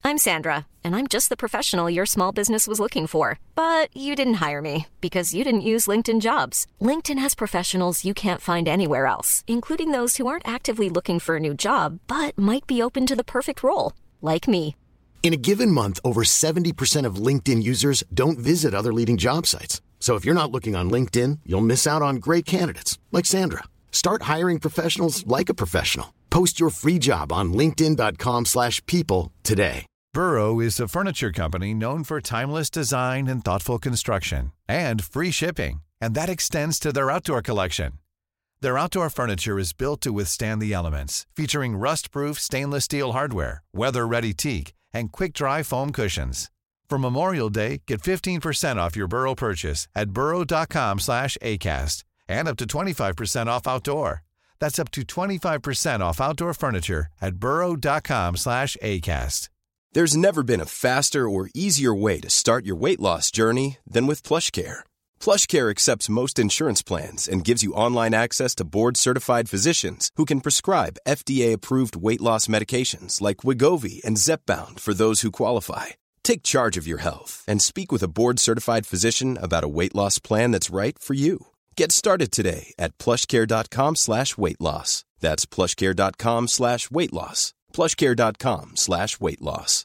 I'm Sandra, and I'm just the professional your small business was looking for. But you didn't hire me because you didn't use LinkedIn Jobs. LinkedIn has professionals you can't find anywhere else, including those who aren't actively looking for a new job, but might be open to the perfect role, like me. In a given month, over 70% of LinkedIn users don't visit other leading job sites. So if you're not looking on LinkedIn, you'll miss out on great candidates like Sandra. Start hiring professionals like a professional. Post your free job on linkedin.com/people today. Burrow is a furniture company known for timeless design and thoughtful construction and free shipping, and that extends to their outdoor collection. Their outdoor furniture is built to withstand the elements, featuring rust-proof stainless steel hardware, weather-ready teak, and quick-dry foam cushions. For Memorial Day, get 15% off your Burrow purchase at burrow.com/ACAST and up to 25% off outdoor. That's up to 25% off outdoor furniture at burrow.com/ACAST. There's never been a faster or easier way to start your weight loss journey than with PlushCare. PlushCare accepts most insurance plans and gives you online access to board-certified physicians who can prescribe FDA-approved weight loss medications like Wegovy and Zepbound for those who qualify. Take charge of your health and speak with a board-certified physician about a weight loss plan that's right for you. Get started today at plushcare.com/weightloss. That's plushcare.com/weightloss. plushcare.com/weightloss.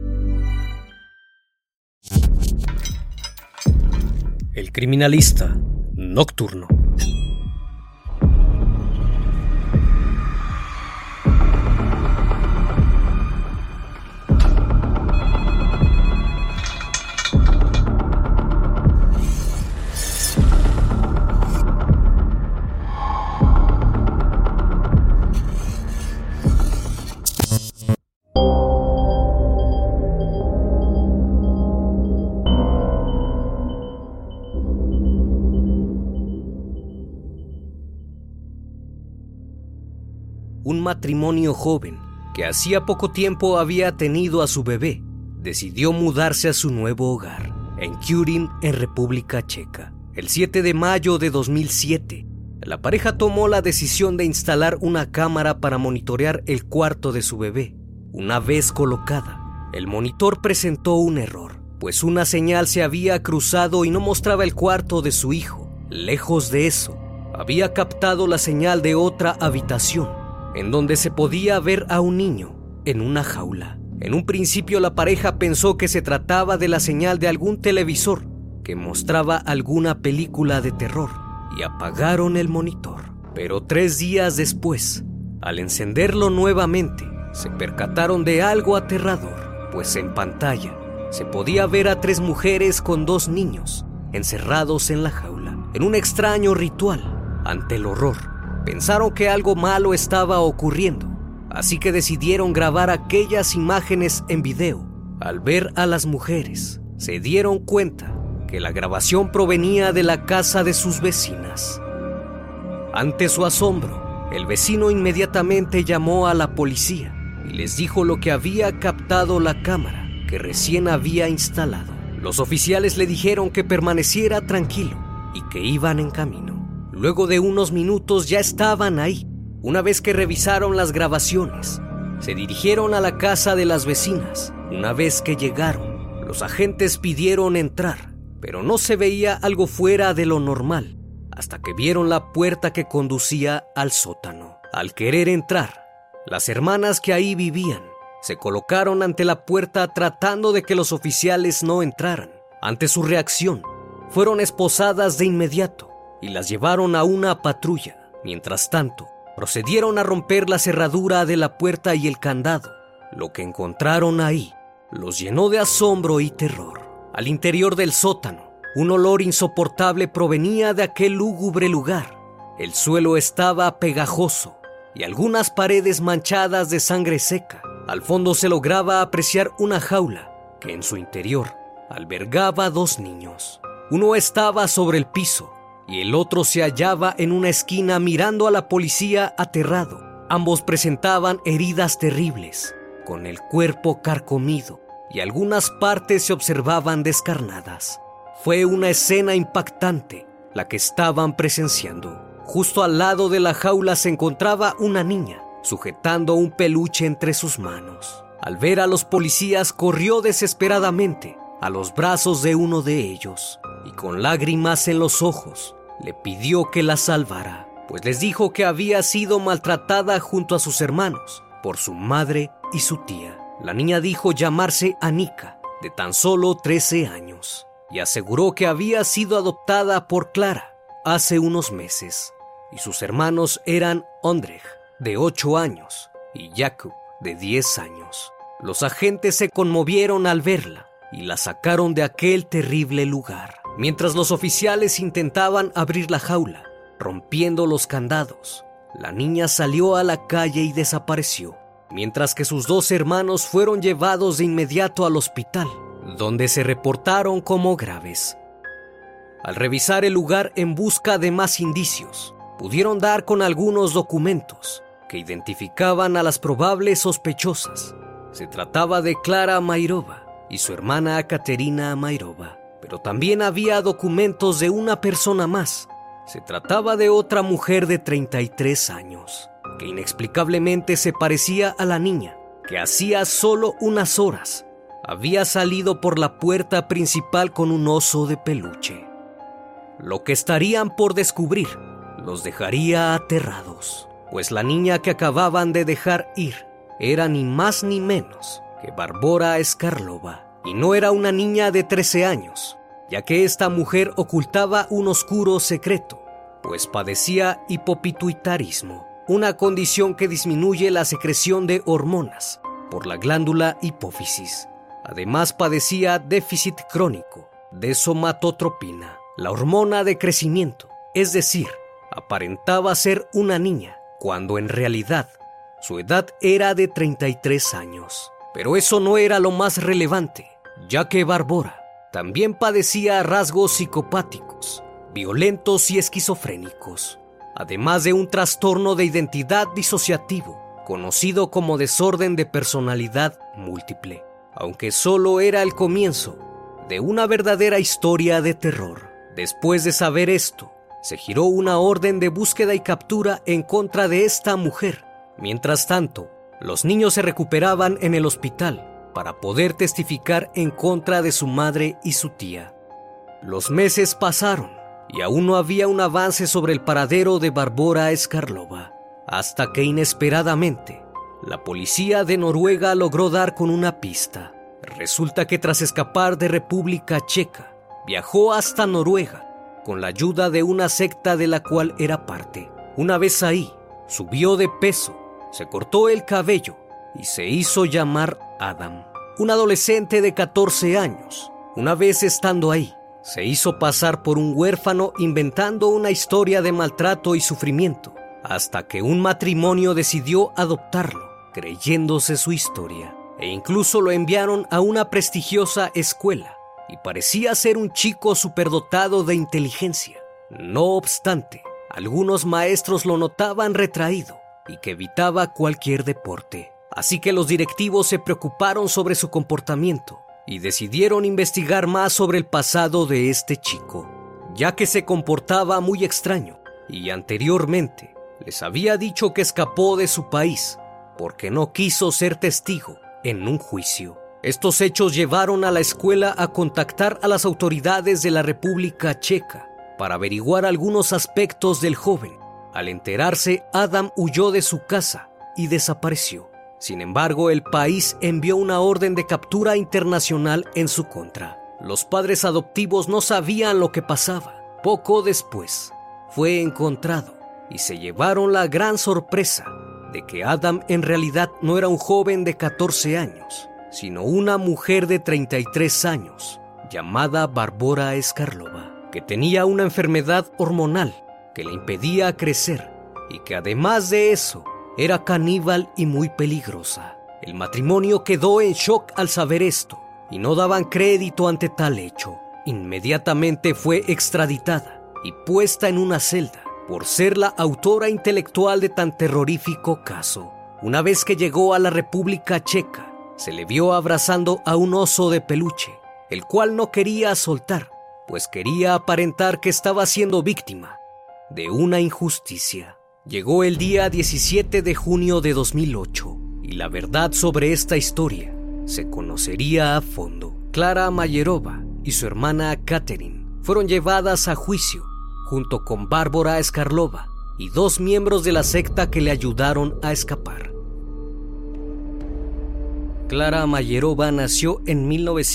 El criminalista nocturno. Un matrimonio joven que hacía poco tiempo había tenido a su bebé decidió mudarse a su nuevo hogar en Kurin, en República Checa. El 7 de mayo de 2007, la pareja tomó la decisión de instalar una cámara para monitorear el cuarto de su bebé. Una vez colocada, el monitor presentó un error, pues una señal se había cruzado y no mostraba el cuarto de su hijo. Lejos de eso, había captado la señal de otra habitación, en donde se podía ver a un niño en una jaula. En un principio la pareja pensó que se trataba de la señal de algún televisor que mostraba alguna película de terror y apagaron el monitor. Pero 3 días después, al encenderlo nuevamente, se percataron de algo aterrador, pues en pantalla se podía ver a 3 mujeres con 2 niños encerrados en la jaula, en un extraño ritual. Ante el horror, pensaron que algo malo estaba ocurriendo, así que decidieron grabar aquellas imágenes en video. Al ver a las mujeres, se dieron cuenta que la grabación provenía de la casa de sus vecinas. Ante su asombro, el vecino inmediatamente llamó a la policía y les dijo lo que había captado la cámara que recién había instalado. Los oficiales le dijeron que permaneciera tranquilo y que iban en camino. Luego de unos minutos ya estaban ahí. Una vez que revisaron las grabaciones, se dirigieron a la casa de las vecinas. Una vez que llegaron, los agentes pidieron entrar, pero no se veía algo fuera de lo normal, hasta que vieron la puerta que conducía al sótano. Al querer entrar, las hermanas que ahí vivían se colocaron ante la puerta tratando de que los oficiales no entraran. Ante su reacción, fueron esposadas de inmediato y las llevaron a una patrulla. Mientras tanto, procedieron a romper la cerradura de la puerta y el candado. Lo que encontraron ahí los llenó de asombro y terror. Al interior del sótano, un olor insoportable provenía de aquel lúgubre lugar. El suelo estaba pegajoso y algunas paredes manchadas de sangre seca. Al fondo se lograba apreciar una jaula que en su interior albergaba 2 niños. Uno estaba sobre el piso y el otro se hallaba en una esquina mirando a la policía aterrado. Ambos presentaban heridas terribles, con el cuerpo carcomido, y algunas partes se observaban descarnadas. Fue una escena impactante la que estaban presenciando. Justo al lado de la jaula se encontraba una niña, sujetando un peluche entre sus manos. Al ver a los policías, corrió desesperadamente a los brazos de uno de ellos y con lágrimas en los ojos le pidió que la salvara, pues les dijo que había sido maltratada junto a sus hermanos por su madre y su tía. La niña dijo llamarse Anika, de tan solo 13 años, y aseguró que había sido adoptada por Clara hace unos meses, y sus hermanos eran Ondrej, de 8 años, y Jakub, de 10 años. Los agentes se conmovieron al verla y la sacaron de aquel terrible lugar. Mientras los oficiales intentaban abrir la jaula, rompiendo los candados, la niña salió a la calle y desapareció, mientras que sus 2 hermanos fueron llevados de inmediato al hospital, donde se reportaron como graves. Al revisar el lugar en busca de más indicios, pudieron dar con algunos documentos que identificaban a las probables sospechosas. Se trataba de Clara Mayrova y su hermana Katerina Mayrova, pero también había documentos de una persona más. Se trataba de otra mujer de 33 años, que inexplicablemente se parecía a la niña, que hacía solo unas horas había salido por la puerta principal con un oso de peluche. Lo que estarían por descubrir los dejaría aterrados, pues la niña que acababan de dejar ir era ni más ni menos que Barbora Skarlova, y no era una niña de 13 años, ya que esta mujer ocultaba un oscuro secreto, pues padecía hipopituitarismo, una condición que disminuye la secreción de hormonas por la glándula hipófisis. Además padecía déficit crónico de somatotropina, la hormona de crecimiento, es decir, aparentaba ser una niña, cuando en realidad su edad era de 33 años. Pero eso no era lo más relevante, ya que Barbora también padecía rasgos psicopáticos, violentos y esquizofrénicos, además de un trastorno de identidad disociativo, conocido como desorden de personalidad múltiple, aunque solo era el comienzo de una verdadera historia de terror. Después de saber esto, se giró una orden de búsqueda y captura en contra de esta mujer. Mientras tanto, los niños se recuperaban en el hospital para poder testificar en contra de su madre y su tía. Los meses pasaron y aún no había un avance sobre el paradero de Barbora Skarlova, hasta que inesperadamente la policía de Noruega logró dar con una pista. Resulta que tras escapar de República Checa, viajó hasta Noruega con la ayuda de una secta de la cual era parte. Una vez ahí, subió de peso, se cortó el cabello y se hizo llamar Adam, un adolescente de 14 años. Una vez estando ahí, se hizo pasar por un huérfano inventando una historia de maltrato y sufrimiento, hasta que un matrimonio decidió adoptarlo, creyéndose su historia, e incluso lo enviaron a una prestigiosa escuela, y parecía ser un chico superdotado de inteligencia. No obstante, algunos maestros lo notaban retraído y que evitaba cualquier deporte. Así que los directivos se preocuparon sobre su comportamiento y decidieron investigar más sobre el pasado de este chico, ya que se comportaba muy extraño y anteriormente les había dicho que escapó de su país porque no quiso ser testigo en un juicio. Estos hechos llevaron a la escuela a contactar a las autoridades de la República Checa para averiguar algunos aspectos del joven. Al enterarse, Adam huyó de su casa y desapareció. Sin embargo, el país envió una orden de captura internacional en su contra. Los padres adoptivos no sabían lo que pasaba. Poco después, fue encontrado y se llevaron la gran sorpresa de que Adam en realidad no era un joven de 14 años, sino una mujer de 33 años, llamada Barbora Skarlova, que tenía una enfermedad hormonal que le impedía crecer y que además de eso, era caníbal y muy peligrosa. El matrimonio quedó en shock al saber esto y no daban crédito ante tal hecho. Inmediatamente fue extraditada y puesta en una celda por ser la autora intelectual de tan terrorífico caso. Una vez que llegó a la República Checa, se le vio abrazando a un oso de peluche, el cual no quería soltar, pues quería aparentar que estaba siendo víctima de una injusticia. Llegó el día 17 de junio de 2008 y y la verdad sobre esta historia se conocería a fondo. Clara Mayerova y su hermana Catherine fueron llevadas a juicio junto con Bárbara Skarlova y 2 miembros de la secta que le ayudaron a escapar. Clara Mayerova nació en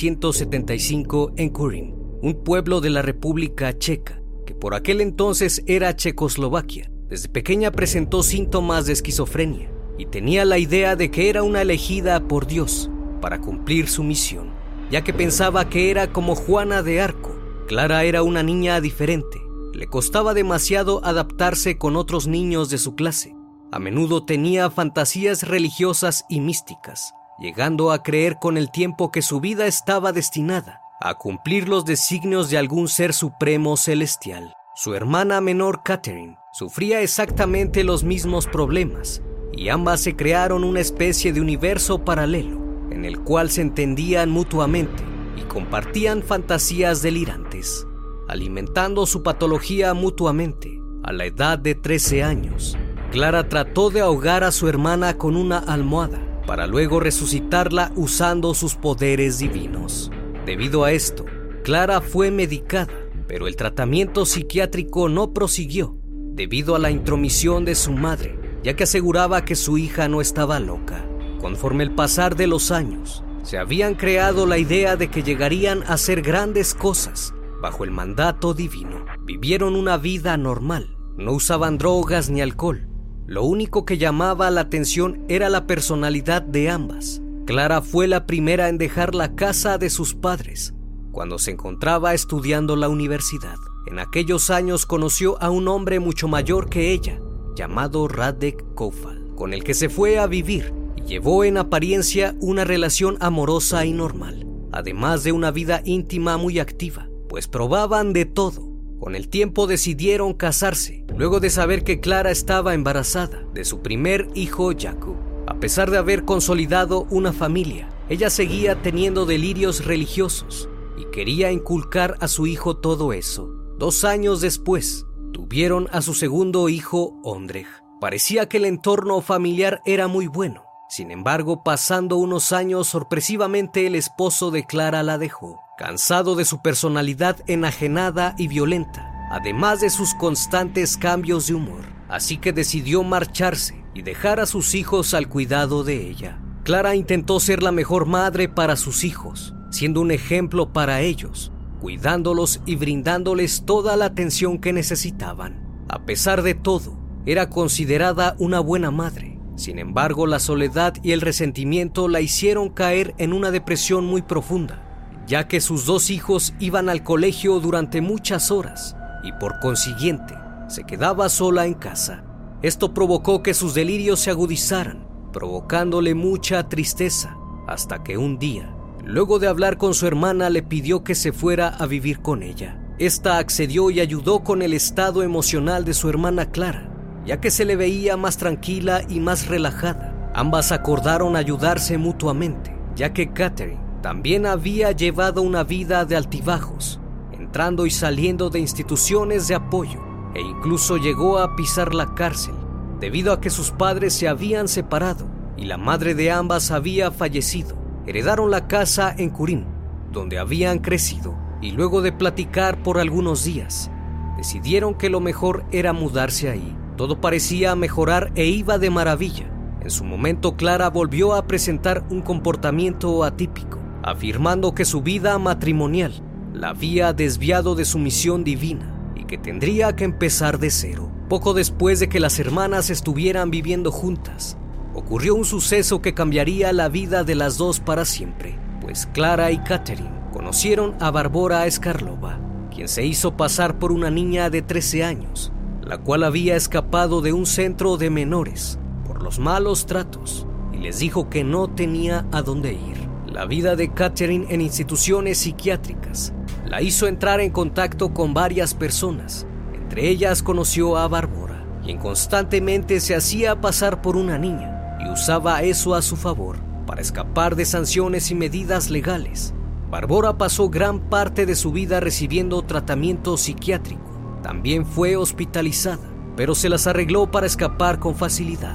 1975 en Kurim, un pueblo de la República Checa, que por aquel entonces era Checoslovaquia. Desde pequeña presentó síntomas de esquizofrenia y tenía la idea de que era una elegida por Dios para cumplir su misión, ya que pensaba que era como Juana de Arco. Clara era una niña diferente. Le costaba demasiado adaptarse con otros niños de su clase. A menudo tenía fantasías religiosas y místicas, llegando a creer con el tiempo que su vida estaba destinada a cumplir los designios de algún ser supremo celestial. Su hermana menor, Catherine, sufría exactamente los mismos problemas, y ambas se crearon una especie de universo paralelo en el cual se entendían mutuamente y compartían fantasías delirantes, alimentando su patología mutuamente. A la edad de 13 años, Clara trató de ahogar a su hermana con una almohada para luego resucitarla usando sus poderes divinos. Debido a esto, Clara fue medicada, pero el tratamiento psiquiátrico no prosiguió debido a la intromisión de su madre, ya que aseguraba que su hija no estaba loca. Conforme el pasar de los años, se habían creado la idea de que llegarían a hacer grandes cosas bajo el mandato divino. Vivieron una vida normal, no usaban drogas ni alcohol. Lo único que llamaba la atención era la personalidad de ambas. Clara fue la primera en dejar la casa de sus padres cuando se encontraba estudiando la universidad. En aquellos años conoció a un hombre mucho mayor que ella, llamado Radek Koval, con el que se fue a vivir y llevó en apariencia una relación amorosa y normal, además de una vida íntima muy activa, pues probaban de todo. Con el tiempo decidieron casarse, luego de saber que Clara estaba embarazada de su primer hijo, Jakub. A pesar de haber consolidado una familia, ella seguía teniendo delirios religiosos y quería inculcar a su hijo todo eso. 2 años después, tuvieron a su segundo hijo, Ondrej. Parecía que el entorno familiar era muy bueno. Sin embargo, pasando unos años, sorpresivamente el esposo de Clara la dejó, cansado de su personalidad enajenada y violenta, además de sus constantes cambios de humor. Así que decidió marcharse y dejar a sus hijos al cuidado de ella. Clara intentó ser la mejor madre para sus hijos, siendo un ejemplo para ellos, cuidándolos y brindándoles toda la atención que necesitaban. A pesar de todo, era considerada una buena madre. Sin embargo, la soledad y el resentimiento la hicieron caer en una depresión muy profunda, ya que sus 2 hijos iban al colegio durante muchas horas y por consiguiente se quedaba sola en casa. Esto provocó que sus delirios se agudizaran, provocándole mucha tristeza, hasta que un día, luego de hablar con su hermana, le pidió que se fuera a vivir con ella. Esta accedió y ayudó con el estado emocional de su hermana Clara, ya que se le veía más tranquila y más relajada. Ambas acordaron ayudarse mutuamente, ya que Catherine también había llevado una vida de altibajos, entrando y saliendo de instituciones de apoyo, e incluso llegó a pisar la cárcel, debido a que sus padres se habían separado y la madre de ambas había fallecido. Heredaron la casa en Kurim, donde habían crecido, y luego de platicar por algunos días, decidieron que lo mejor era mudarse ahí. Todo parecía mejorar e iba de maravilla. En su momento, Clara volvió a presentar un comportamiento atípico, afirmando que su vida matrimonial la había desviado de su misión divina y que tendría que empezar de cero. Poco después de que las hermanas estuvieran viviendo juntas, ocurrió un suceso que cambiaría la vida de las dos para siempre, pues Clara y Catherine conocieron a Bárbara Skarlova, quien se hizo pasar por una niña de 13 años, la cual había escapado de un centro de menores por los malos tratos y les dijo que no tenía a dónde ir. La vida de Catherine en instituciones psiquiátricas la hizo entrar en contacto con varias personas. Entre ellas conoció a Bárbara, quien constantemente se hacía pasar por una niña y usaba eso a su favor para escapar de sanciones y medidas legales. Bárbara pasó gran parte de su vida recibiendo tratamiento psiquiátrico. También fue hospitalizada, pero se las arregló para escapar con facilidad.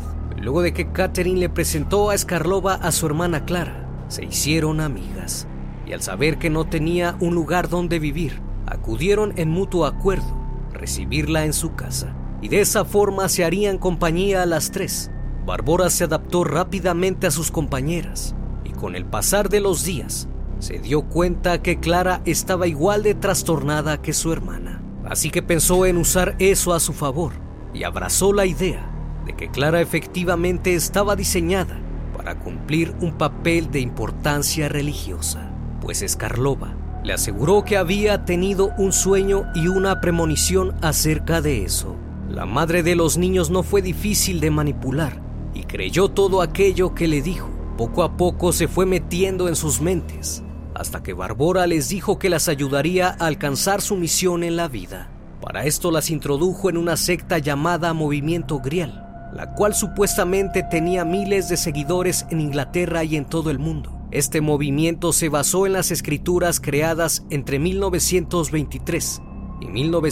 Luego de que Catherine le presentó a Skarlova a su hermana Clara, se hicieron amigas y al saber que no tenía un lugar donde vivir, acudieron en mutuo acuerdo a recibirla en su casa y de esa forma se harían compañía a las tres. Bárbara se adaptó rápidamente a sus compañeras y con el pasar de los días se dio cuenta que Clara estaba igual de trastornada que su hermana. Así que pensó en usar eso a su favor y abrazó la idea de que Clara efectivamente estaba diseñada para cumplir un papel de importancia religiosa, pues Skarlova le aseguró que había tenido un sueño y una premonición acerca de eso. La madre de los niños no fue difícil de manipular y creyó todo aquello que le dijo. Poco a poco se fue metiendo en sus mentes, hasta que Bárbara les dijo que las ayudaría a alcanzar su misión en la vida. Para esto las introdujo en una secta llamada Movimiento Grial, la cual supuestamente tenía miles de seguidores en Inglaterra y en todo el mundo. Este movimiento se basó en las escrituras creadas entre 1923 y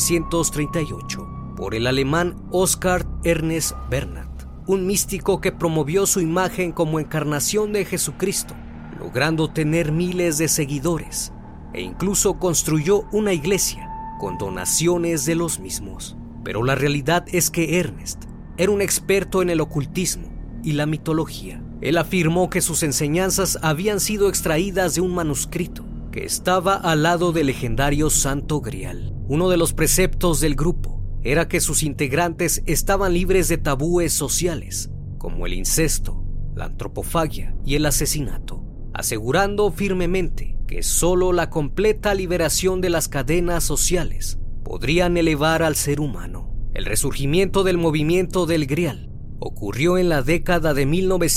1938 por el alemán Oskar Ernst Bernhard, un místico que promovió su imagen como encarnación de Jesucristo, logrando tener miles de seguidores e incluso construyó una iglesia con donaciones de los mismos. Pero la realidad es que Ernest era un experto en el ocultismo y la mitología. Él afirmó que sus enseñanzas habían sido extraídas de un manuscrito que estaba al lado del legendario Santo Grial. Uno de los preceptos del grupo era que sus integrantes estaban libres de tabúes sociales, como el incesto, la antropofagia y el asesinato, asegurando firmemente que solo la completa liberación de las cadenas sociales podrían elevar al ser humano. El resurgimiento del movimiento del Grial ocurrió en la década de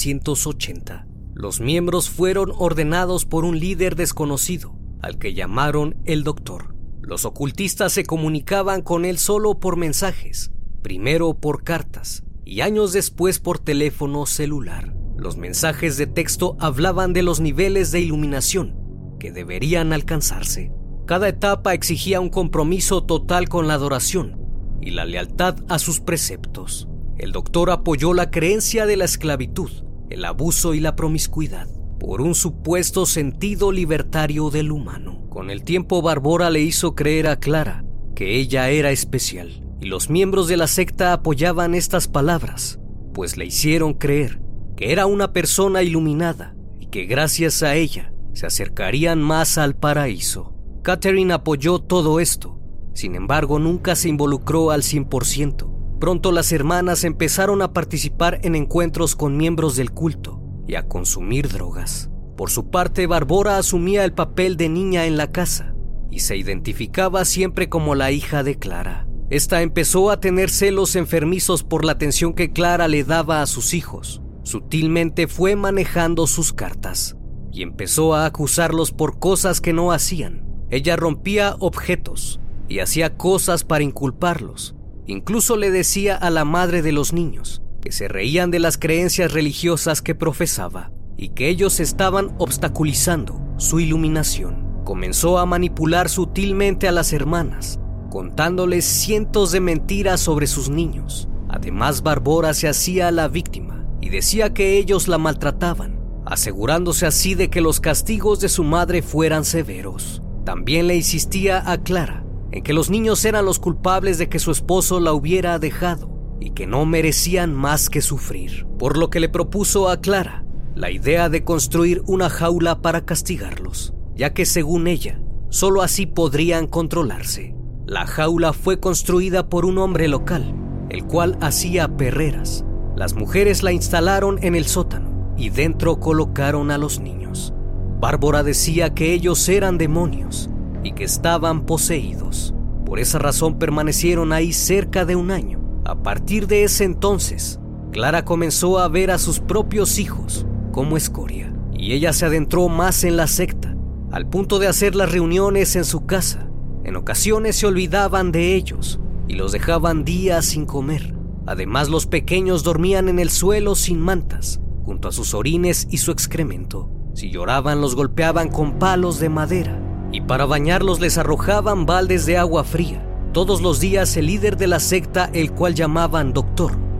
1980. Los miembros fueron ordenados por un líder desconocido, al que llamaron el Doctor. Los ocultistas se comunicaban con él solo por mensajes, primero por cartas y años después por teléfono celular. Los mensajes de texto hablaban de los niveles de iluminación que deberían alcanzarse. Cada etapa exigía un compromiso total con la adoración y la lealtad a sus preceptos. El Doctor apoyó la creencia de la esclavitud, el abuso y la promiscuidad por un supuesto sentido libertario del humano. Con el tiempo, Bárbara le hizo creer a Clara que ella era especial y los miembros de la secta apoyaban estas palabras, pues le hicieron creer que era una persona iluminada y que gracias a ella se acercarían más al paraíso. Catherine apoyó todo esto, sin embargo nunca se involucró al 100%. Pronto las hermanas empezaron a participar en encuentros con miembros del culto y a consumir drogas. Por su parte, Bárbara asumía el papel de niña en la casa y se identificaba siempre como la hija de Clara. Esta empezó a tener celos enfermizos por la atención que Clara le daba a sus hijos. Sutilmente fue manejando sus cartas y empezó a acusarlos por cosas que no hacían. Ella rompía objetos y hacía cosas para inculparlos. Incluso le decía a la madre de los niños que se reían de las creencias religiosas que profesaba y que ellos estaban obstaculizando su iluminación. Comenzó a manipular sutilmente a las hermanas, contándoles cientos de mentiras sobre sus niños. Además, Bárbara se hacía la víctima y decía que ellos la maltrataban, asegurándose así de que los castigos de su madre fueran severos. También le insistía a Clara en que los niños eran los culpables de que su esposo la hubiera dejado y que no merecían más que sufrir, por lo que le propuso a Clara la idea de construir una jaula para castigarlos, ya que según ella, solo así podrían controlarse. La jaula fue construida por un hombre local, el cual hacía perreras. Las mujeres la instalaron en el sótano y dentro colocaron a los niños. Bárbara decía que ellos eran demonios y que estaban poseídos. Por esa razón permanecieron ahí cerca de un año. A partir de ese entonces, Clara comenzó a ver a sus propios hijos como escoria y ella se adentró más en la secta, al punto de hacer las reuniones en su casa. En ocasiones se olvidaban de ellos y los dejaban días sin comer. Además, los pequeños dormían en el suelo sin mantas, junto a sus orines y su excremento. Si lloraban, los golpeaban con palos de madera y para bañarlos les arrojaban baldes de agua fría. Todos los días el líder de la secta, el cual llamaban Doctor,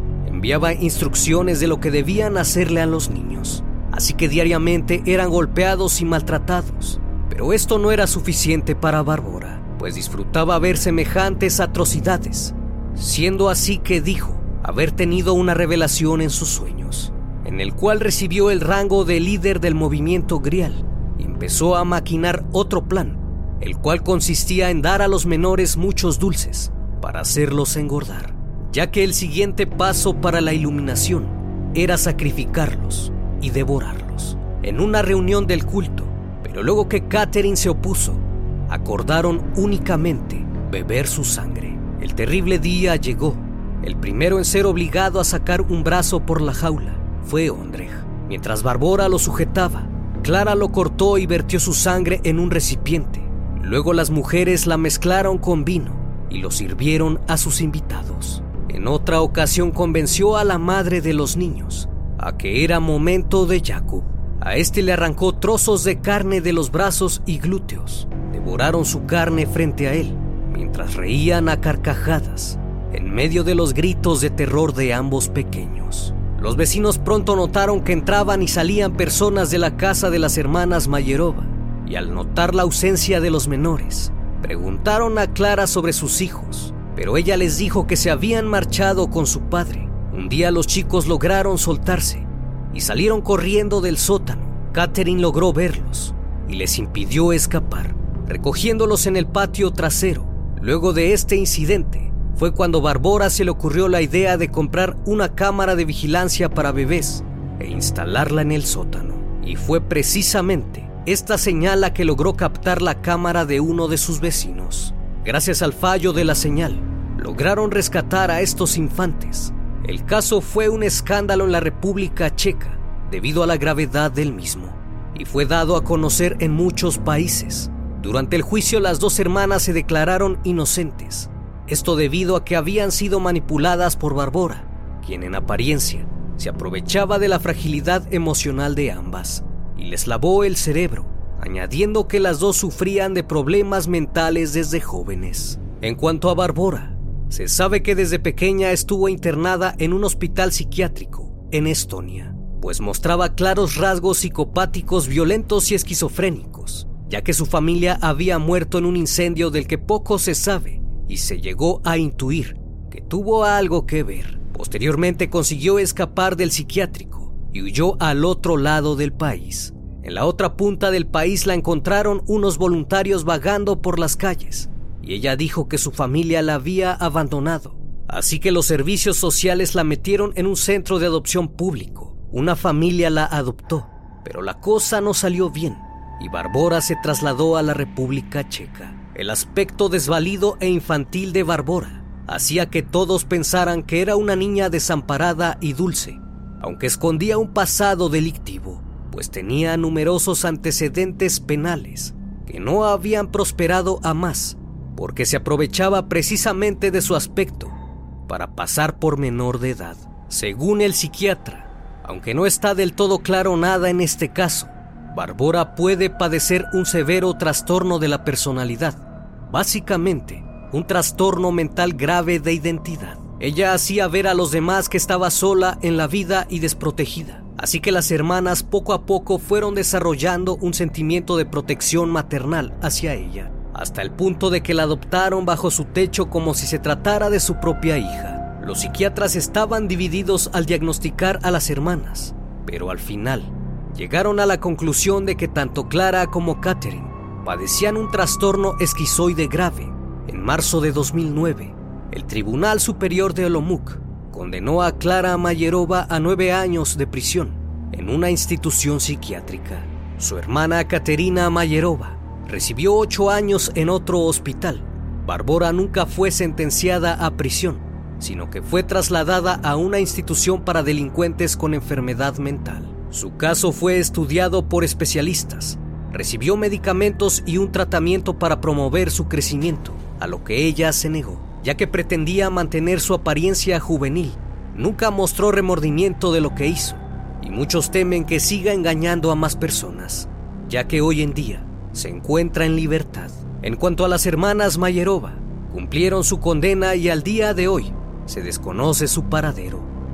enviaba instrucciones de lo que debían hacerle a los niños. Así que diariamente eran golpeados y maltratados. Pero esto no era suficiente para Barbora, pues disfrutaba ver semejantes atrocidades, siendo así que dijo haber tenido una revelación en sus sueños, en el cual recibió el rango de líder del movimiento Grial y empezó a maquinar otro plan, el cual consistía en dar a los menores muchos dulces para hacerlos engordar, ya que el siguiente paso para la iluminación era sacrificarlos y devorarlos. En una reunión del culto, pero luego que Catherine se opuso, acordaron únicamente beber su sangre. El terrible día llegó. El primero en ser obligado a sacar un brazo por la jaula fue Ondrej. Mientras Barbora lo sujetaba, Clara lo cortó y vertió su sangre en un recipiente. Luego las mujeres la mezclaron con vino y lo sirvieron a sus invitados. En otra ocasión convenció a la madre de los niños a que era momento de Jakub. A este le arrancó trozos de carne de los brazos y glúteos. Devoraron su carne frente a él, mientras reían a carcajadas, en medio de los gritos de terror de ambos pequeños. Los vecinos pronto notaron que entraban y salían personas de la casa de las hermanas Mayerova, y al notar la ausencia de los menores, preguntaron a Clara sobre sus hijos, pero ella les dijo que se habían marchado con su padre. Un día los chicos lograron soltarse y salieron corriendo del sótano. Catherine logró verlos y les impidió escapar, recogiéndolos en el patio trasero. Luego de este incidente fue cuando Barbora se le ocurrió la idea de comprar una cámara de vigilancia para bebés e instalarla en el sótano. Y fue precisamente esta señal la que logró captar la cámara de uno de sus vecinos. Gracias al fallo de la señal, lograron rescatar a estos infantes. El caso fue un escándalo en la República Checa debido a la gravedad del mismo, y fue dado a conocer en muchos países. Durante el juicio, las dos hermanas se declararon inocentes. Esto debido a que habían sido manipuladas por Barbora, quien en apariencia se aprovechaba de la fragilidad emocional de ambas y les lavó el cerebro, añadiendo que las dos sufrían de problemas mentales desde jóvenes. En cuanto a Barbora, se sabe que desde pequeña estuvo internada en un hospital psiquiátrico en Estonia, pues mostraba claros rasgos psicopáticos, violentos y esquizofrénicos, ya que su familia había muerto en un incendio del que poco se sabe y se llegó a intuir que tuvo algo que ver. Posteriormente consiguió escapar del psiquiátrico y huyó al otro lado del país. En la otra punta del país la encontraron unos voluntarios vagando por las calles y ella dijo que su familia la había abandonado. Así que los servicios sociales la metieron en un centro de adopción público. Una familia la adoptó, pero la cosa no salió bien y Barbora se trasladó a la República Checa. El aspecto desvalido e infantil de Barbora hacía que todos pensaran que era una niña desamparada y dulce, aunque escondía un pasado delictivo, pues tenía numerosos antecedentes penales que no habían prosperado a más, porque se aprovechaba precisamente de su aspecto para pasar por menor de edad. Según el psiquiatra, aunque no está del todo claro nada en este caso, Barbora puede padecer un severo trastorno de la personalidad, básicamente un trastorno mental grave de identidad. Ella hacía ver a los demás que estaba sola en la vida y desprotegida, así que las hermanas poco a poco fueron desarrollando un sentimiento de protección maternal hacia ella, hasta el punto de que la adoptaron bajo su techo como si se tratara de su propia hija. Los psiquiatras estaban divididos al diagnosticar a las hermanas, pero al final llegaron a la conclusión de que tanto Clara como Catherine padecían un trastorno esquizoide grave. En marzo de 2009, el Tribunal Superior de Olomouc condenó a Clara Mayerova a 9 años de prisión en una institución psiquiátrica. Su hermana Katerina Mayerova recibió 8 años en otro hospital. Barbora nunca fue sentenciada a prisión, sino que fue trasladada a una institución para delincuentes con enfermedad mental. Su caso fue estudiado por especialistas. Recibió medicamentos y un tratamiento para promover su crecimiento, a lo que ella se negó, ya que pretendía mantener su apariencia juvenil. Nunca mostró remordimiento de lo que hizo, y muchos temen que siga engañando a más personas, ya que hoy en día se encuentra en libertad. En cuanto a las hermanas Mayerova, cumplieron su condena y al día de hoy se desconoce su paradero.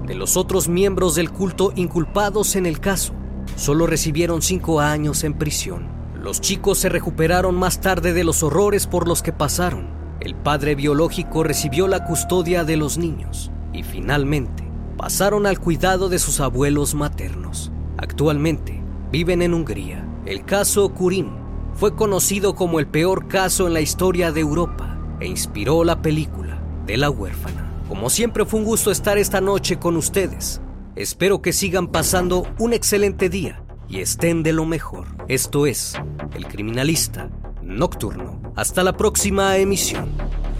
de los otros miembros del culto inculpados en el caso solo recibieron 5 años en prisión. Los chicos se recuperaron más tarde de los horrores por los que pasaron. El padre biológico recibió la custodia de los niños y finalmente pasaron al cuidado de sus abuelos maternos. Actualmente viven en Hungría. El caso Curín fue conocido como el peor caso en la historia de Europa e inspiró la película de La huérfana. Como siempre, fue un gusto estar esta noche con ustedes. Espero que sigan pasando un excelente día y estén de lo mejor. Esto es El Criminalista Nocturno. Hasta la próxima emisión.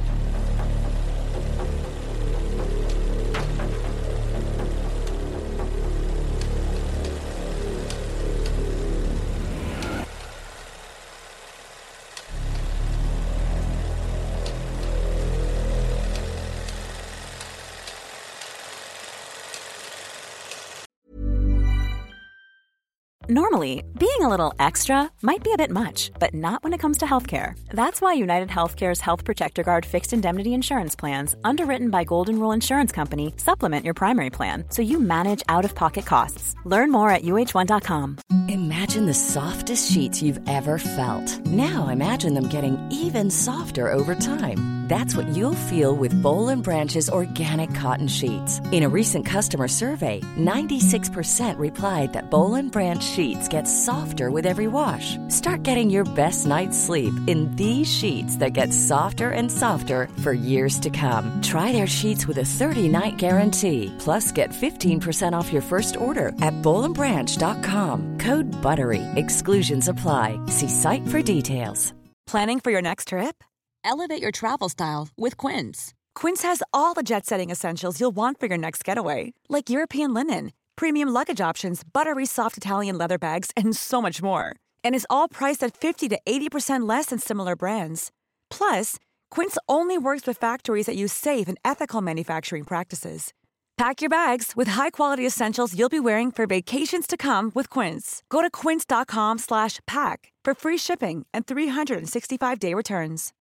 Normally, being a little extra might be a bit much, but not when it comes to healthcare. That's why United Healthcare's Health Protector Guard fixed indemnity insurance plans, underwritten by Golden Rule Insurance Company, supplement your primary plan so you manage out-of-pocket costs. Learn more at uh1.com. Imagine the softest sheets you've ever felt. Now imagine them getting even softer over time. That's what you'll feel with Boll & Branch's organic cotton sheets. In a recent customer survey, 96% replied that Boll & Branch sheets get softer with every wash. Start getting your best night's sleep in these sheets that get softer and softer for years to come. Try their sheets with a 30-night guarantee. Plus, get 15% off your first order at bollandbranch.com. Code BUTTERY. Exclusions apply. See site for details. Planning for your next trip? Elevate your travel style with Quince. Quince has all the jet-setting essentials you'll want for your next getaway, like European linen, premium luggage options, buttery soft Italian leather bags, and so much more. And is all priced at 50 to 80% less than similar brands. Plus, Quince only works with factories that use safe and ethical manufacturing practices. Pack your bags with high-quality essentials you'll be wearing for vacations to come with Quince. Go to quince.com/pack for free shipping and 365-day returns.